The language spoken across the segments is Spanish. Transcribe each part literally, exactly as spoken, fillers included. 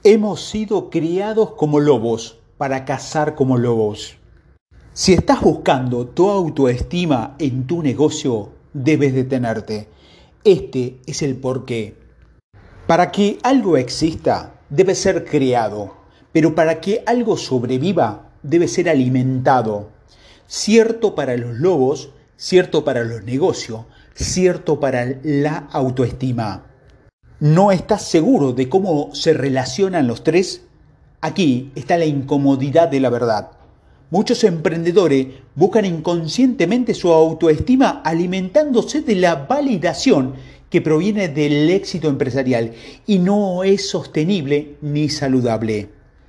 Hemos sido criados como lobos para cazar como lobos. Si estás buscando tu autoestima en tu negocio, debes detenerte. Este es el porqué. Para que algo exista, debe ser creado, pero para que algo sobreviva, debe ser alimentado. Cierto para los lobos, cierto para los negocios, cierto para la autoestima. ¿No estás seguro de cómo se relacionan los tres? Aquí está la incomodidad de la verdad. Muchos emprendedores buscan inconscientemente su autoestima alimentándose de la validación que proviene del éxito empresarial y no es sostenible ni saludable.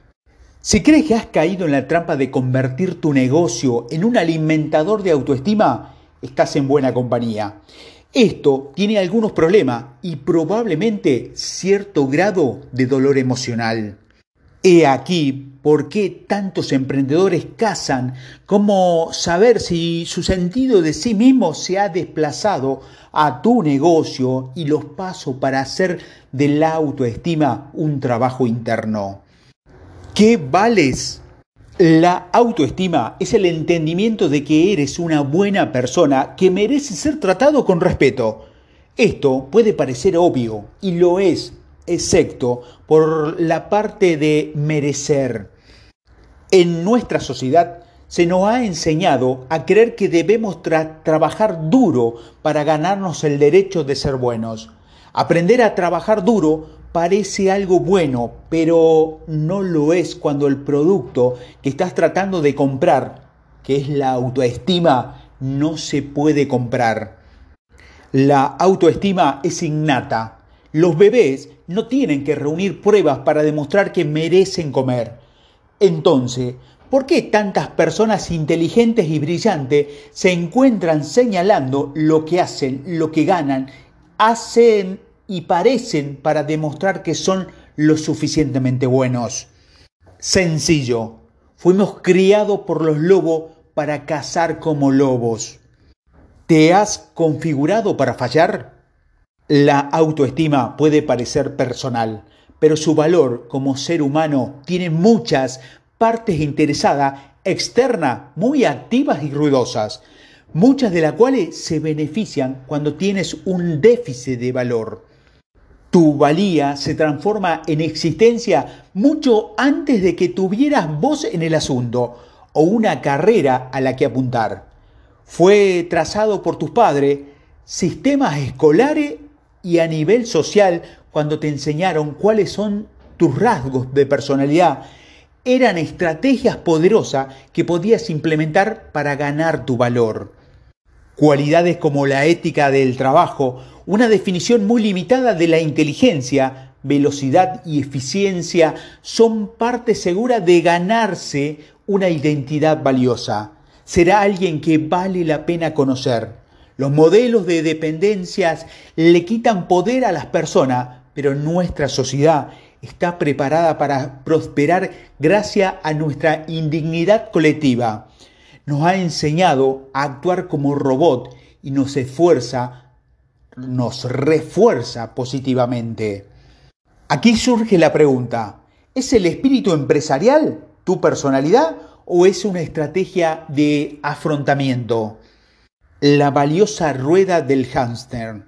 Si crees que has caído en la trampa de convertir tu negocio en un alimentador de autoestima, estás en buena compañía. Esto tiene algunos problemas y probablemente cierto grado de dolor emocional. He aquí por qué tantos emprendedores cazan, cómo saber si su sentido de sí mismo se ha desplazado a tu negocio y los pasos para hacer de la autoestima un trabajo interno. ¿Qué vales? La autoestima es el entendimiento de que eres una buena persona que merece ser tratado con respeto. Esto puede parecer obvio, y lo es, excepto por la parte de merecer. En nuestra sociedad se nos ha enseñado a creer que debemos tra- trabajar duro para ganarnos el derecho de ser buenos. Aprender a trabajar duro parece algo bueno, pero no lo es cuando el producto que estás tratando de comprar, que es la autoestima, no se puede comprar. La autoestima es innata. Los bebés no tienen que reunir pruebas para demostrar que merecen comer. Entonces, ¿por qué tantas personas inteligentes y brillantes se encuentran señalando lo que hacen, lo que ganan, hacen y parecen para demostrar que son lo suficientemente buenos? Sencillo, fuimos criados por los lobos para cazar como lobos. ¿Te has configurado para fallar? La autoestima puede parecer personal, pero su valor como ser humano tiene muchas partes interesadas, externas, muy activas y ruidosas, muchas de las cuales se benefician cuando tienes un déficit de valor. Tu valía se transforma en existencia mucho antes de que tuvieras voz en el asunto o una carrera a la que apuntar. Fue trazado por tus padres, sistemas escolares y a nivel social cuando te enseñaron cuáles son tus rasgos de personalidad. Eran estrategias poderosas que podías implementar para ganar tu valor. Cualidades como la ética del trabajo, una definición muy limitada de la inteligencia, velocidad y eficiencia son parte segura de ganarse una identidad valiosa. Será alguien que vale la pena conocer. Los modelos de dependencias le quitan poder a las personas, pero nuestra sociedad está preparada para prosperar gracias a nuestra indignidad colectiva. Nos ha enseñado a actuar como robot y nos esfuerza, nos refuerza positivamente. Aquí surge la pregunta, ¿es el espíritu empresarial tu personalidad o es una estrategia de afrontamiento? La valiosa rueda del hámster.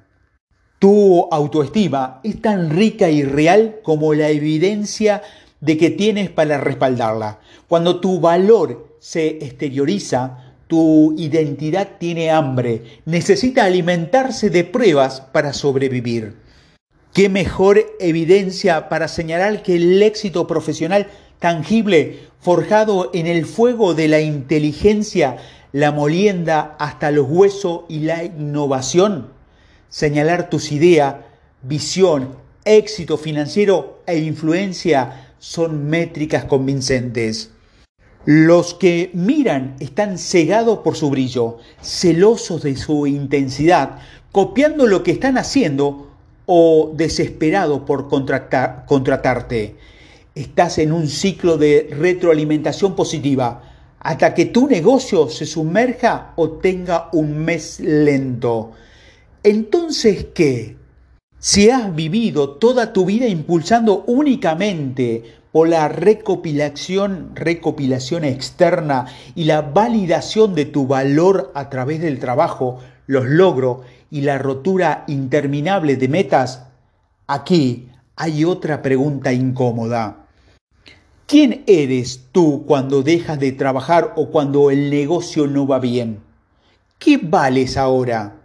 Tu autoestima es tan rica y real como la evidencia de que tienes para respaldarla. Cuando tu valor se exterioriza, tu identidad tiene hambre, necesita alimentarse de pruebas para sobrevivir. ¿Qué mejor evidencia para señalar que el éxito profesional tangible, forjado en el fuego de la inteligencia, la molienda hasta los huesos y la innovación? Señalar tus ideas, visión, éxito financiero e influencia son métricas convincentes. Los que miran están cegados por su brillo, celosos de su intensidad, copiando lo que están haciendo o desesperados por contratar, contratarte. Estás en un ciclo de retroalimentación positiva hasta que tu negocio se sumerja o tenga un mes lento. Entonces, ¿qué? Si has vivido toda tu vida impulsando únicamente por la recopilación, recopilación externa y la validación de tu valor a través del trabajo, los logros y la rotura interminable de metas, aquí hay otra pregunta incómoda. ¿Quién eres tú cuando dejas de trabajar o cuando el negocio no va bien? ¿Qué vales ahora?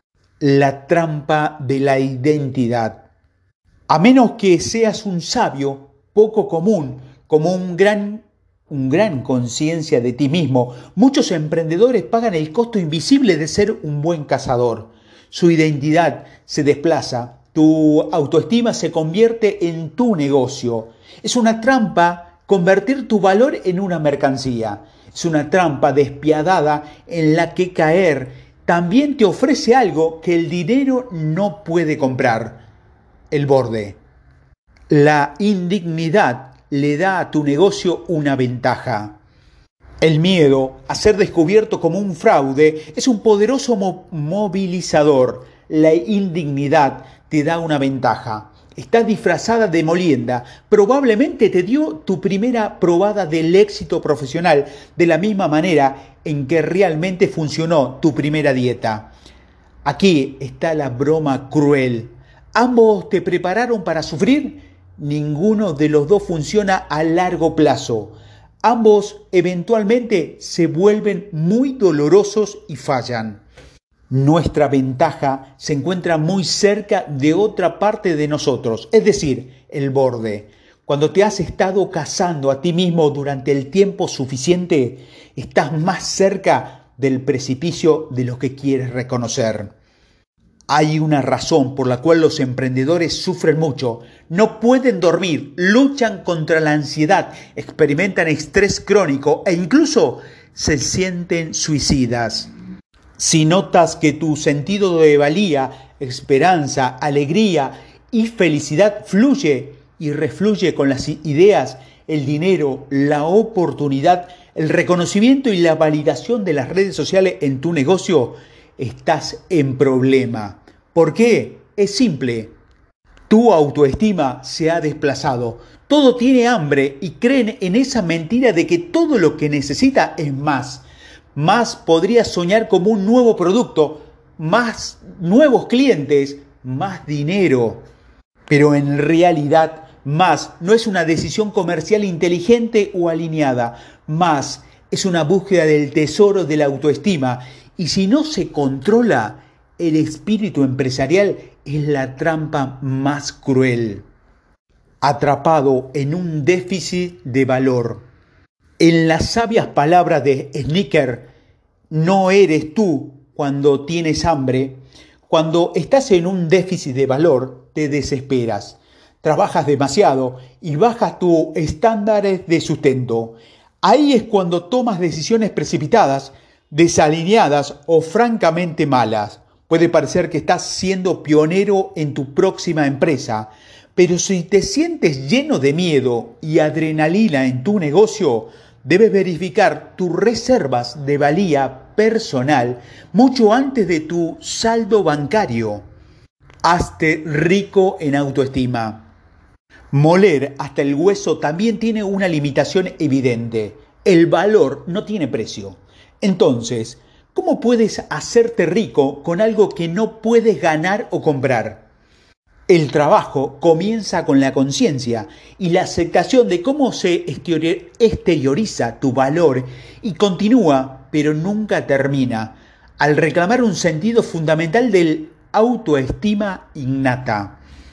La trampa de la identidad. A menos que seas un sabio poco común, como un gran, un gran conciencia de ti mismo, muchos emprendedores pagan el costo invisible de ser un buen cazador. Su identidad se desplaza, tu autoestima se convierte en tu negocio. Es una trampa convertir tu valor en una mercancía. Es una trampa despiadada en la que caer también te ofrece algo que el dinero no puede comprar: el borde. La indignidad le da a tu negocio una ventaja. El miedo a ser descubierto como un fraude es un poderoso mo- movilizador. La indignidad te da una ventaja. Está disfrazada de molienda. Probablemente te dio tu primera probada del éxito profesional, de la misma manera en que realmente funcionó tu primera dieta. Aquí está la broma cruel. ¿Ambos te prepararon para sufrir? Ninguno de los dos funciona a largo plazo. Ambos eventualmente se vuelven muy dolorosos y fallan. Nuestra ventaja se encuentra muy cerca de otra parte de nosotros, es decir, el borde. Cuando te has estado cazando a ti mismo durante el tiempo suficiente, estás más cerca del precipicio de lo que quieres reconocer. Hay una razón por la cual los emprendedores sufren mucho. No pueden dormir, luchan contra la ansiedad, experimentan estrés crónico e incluso se sienten suicidas. Si notas que tu sentido de valía, esperanza, alegría y felicidad fluye y refluye con las ideas, el dinero, la oportunidad, el reconocimiento y la validación de las redes sociales en tu negocio, estás en problema. ¿Por qué? Es simple. Tu autoestima se ha desplazado. Todo tiene hambre y creen en esa mentira de que todo lo que necesita es más. Más podrías soñar como un nuevo producto, más nuevos clientes, más dinero. Pero en realidad, más no es una decisión comercial inteligente o alineada. Más es una búsqueda del tesoro de la autoestima. Y si no se controla, el espíritu empresarial es la trampa más cruel. Atrapado en un déficit de valor. En las sabias palabras de Snicker, no eres tú cuando tienes hambre. Cuando estás en un déficit de valor, te desesperas. Trabajas demasiado y bajas tus estándares de sustento. Ahí es cuando tomas decisiones precipitadas, desalineadas o francamente malas. Puede parecer que estás siendo pionero en tu próxima empresa, pero si te sientes lleno de miedo y adrenalina en tu negocio, debes verificar tus reservas de valía personal mucho antes de tu saldo bancario. Hazte rico en autoestima. Moler hasta el hueso también tiene una limitación evidente. El valor no tiene precio. Entonces, ¿cómo puedes hacerte rico con algo que no puedes ganar o comprar? El trabajo comienza con la conciencia y la aceptación de cómo se exterioriza tu valor y continúa, pero nunca termina, al reclamar un sentido fundamental del autoestima innata.